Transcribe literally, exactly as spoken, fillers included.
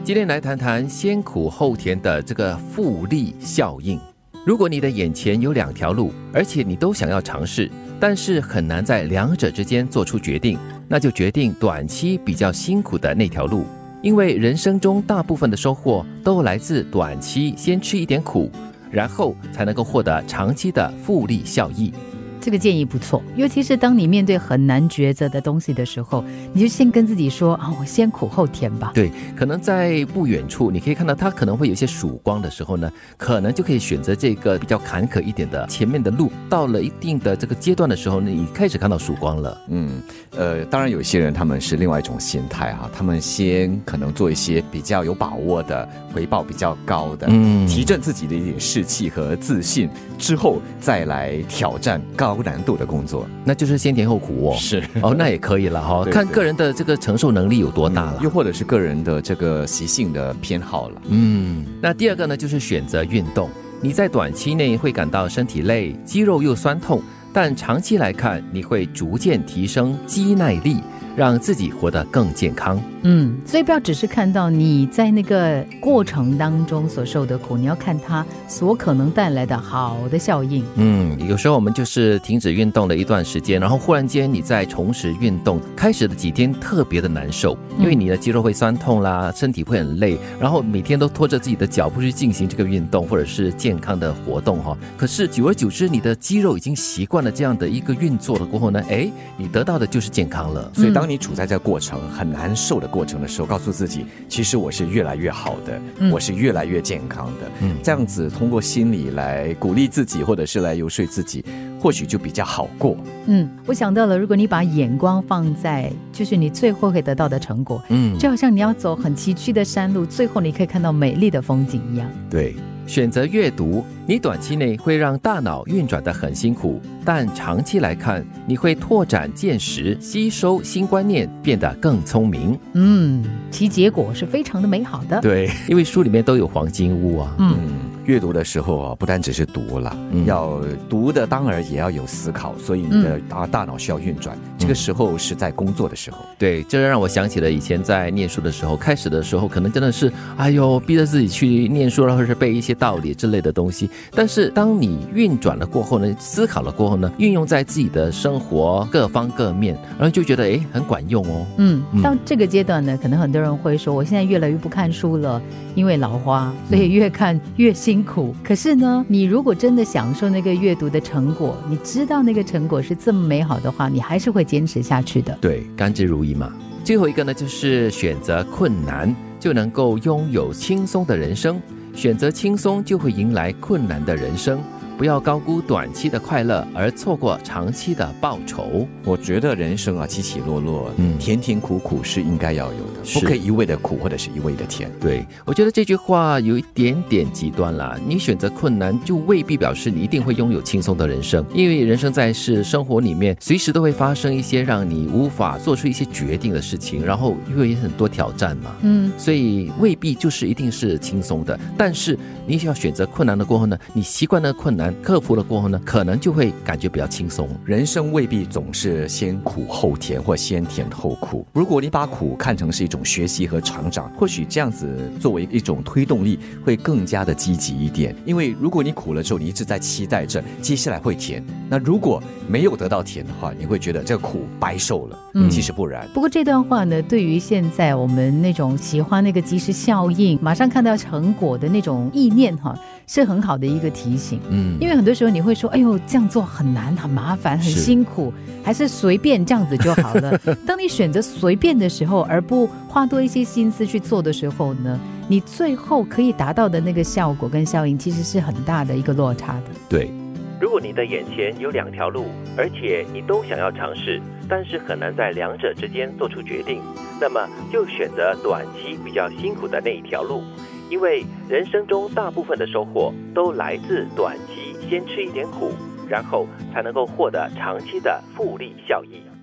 今天来谈谈先苦后甜的这个复利效应。如果你的眼前有两条路，而且你都想要尝试，但是很难在两者之间做出决定，那就决定短期比较辛苦的那条路。因为人生中大部分的收获都来自短期先吃一点苦，然后才能够获得长期的复利效益。 这个建议不错，尤其是当你面对很难抉择的东西的时候，你就先跟自己说啊，我先苦后甜吧。 对，可能在不远处你可以看到它可能会有一些曙光的时候呢，可能就可以选择这个比较坎坷一点的前面的路。到了一定的这个阶段的时候呢，你开始看到曙光了。 嗯，呃，当然有些人他们是另外一种心态哈，他们先可能做一些比较有把握的，回报比较高的，嗯，提振自己的一点士气和自信，之后再来挑战高高难度的工作， 那就是先甜后苦哦。 是哦，那也可以了哈、哦，看个人的这个承受能力有多大了、 嗯，又或者是个人的这个习性的偏好了。 嗯，那第二个呢，就是选择运动。你在短期内会感到身体累，肌肉又酸痛，但长期来看，你会逐渐提升肌耐力，让自己活得更健康。 嗯，所以不要只是看到你在那个过程当中所受的苦，你要看它所可能带来的好的效应。 嗯，有时候我们就是停止运动了一段时间，然后忽然间你再重拾运动，开始的几天特别的难受，因为你的肌肉会酸痛啦，身体会很累，然后每天都拖着自己的脚步去进行这个运动或者是健康的活动哈。可是久而久之，你的肌肉已经习惯了这样的一个运作了过后呢，哎，你得到的就是健康了。 所以当你处在这个过程很难受的过程的时候，告诉自己其实我是越来越好的、嗯、我是越来越健康的、嗯、这样子通过心理来鼓励自己或者是来游说自己，或许就比较好过。 嗯，我想到了，如果你把眼光放在就是你最后会得到的成果，嗯，就好像你要走很崎岖的山路，最后你可以看到美丽的风景一样。 对，选择阅读，你短期内会让大脑运转得很辛苦，但长期来看，你会拓展见识，吸收新观念，变得更聪明。 嗯，其结果是非常的美好的。 对，因为书里面都有黄金屋啊。 嗯，阅读的时候啊，不单只是读了、嗯，要读的当然也要有思考，所以你的大大脑需要运转、嗯。这个时候是在工作的时候。 对，这让我想起了以前在念书的时候，开始的时候可能真的是，哎呦，逼着自己去念书，或者是背一些道理之类的东西。但是当你运转了过后呢，思考了过后呢，运用在自己的生活各方各面，然后就觉得哎，很管用哦。 嗯，到这个阶段呢，可能很多人会说，我现在越来越不看书了，因为老花，所以越看越辛苦。可是呢，你如果真的享受那个阅读的成果，你知道那个成果是这么美好的话，你还是会坚持下去的。 对，甘之如饴嘛。最后一个呢，就是选择困难，就能够拥有轻松的人生。选择轻松，就会迎来困难的人生。不要高估短期的快乐，而错过长期的报酬。 我觉得人生啊，起起落落，嗯，甜甜苦苦是应该要有的，不可以一味的苦或者是一味的甜。 对，我觉得这句话有一点点极端啦。你选择困难，就未必表示你一定会拥有轻松的人生，因为人生在世，生活里面随时都会发生一些让你无法做出一些决定的事情，然后又有很多挑战嘛，嗯，所以未必就是一定是轻松的。但是你要选择困难的过后呢，你习惯了困难，克服了过后呢，可能就会感觉比较轻松。 人生未必总是先苦后甜，或先甜后苦。如果你把苦看成是一种学习和成长，或许这样子作为一种推动力，会更加的积极一点。因为如果你苦了之后，你一直在期待着接下来会甜，那如果没有得到甜的话，你会觉得这个苦白受了。嗯，其实不然。 不过这段话呢，对于现在我们那种喜欢那个即时效应，马上看到成果的那种意念哈，是很好的一个提醒。嗯，因为很多时候你会说，哎呦，这样做很难、很麻烦、很辛苦，还是随便这样子就好了。当你选择随便的时候，而不花多一些心思去做的时候呢，你最后可以达到的那个效果跟效应，其实是很大的一个落差的。 对。如果你的眼前有两条路，而且你都想要尝试，但是很难在两者之间做出决定，那么就选择短期比较辛苦的那一条路。因为人生中大部分的收获都来自短期先吃一点苦，然后才能够获得长期的复利效益。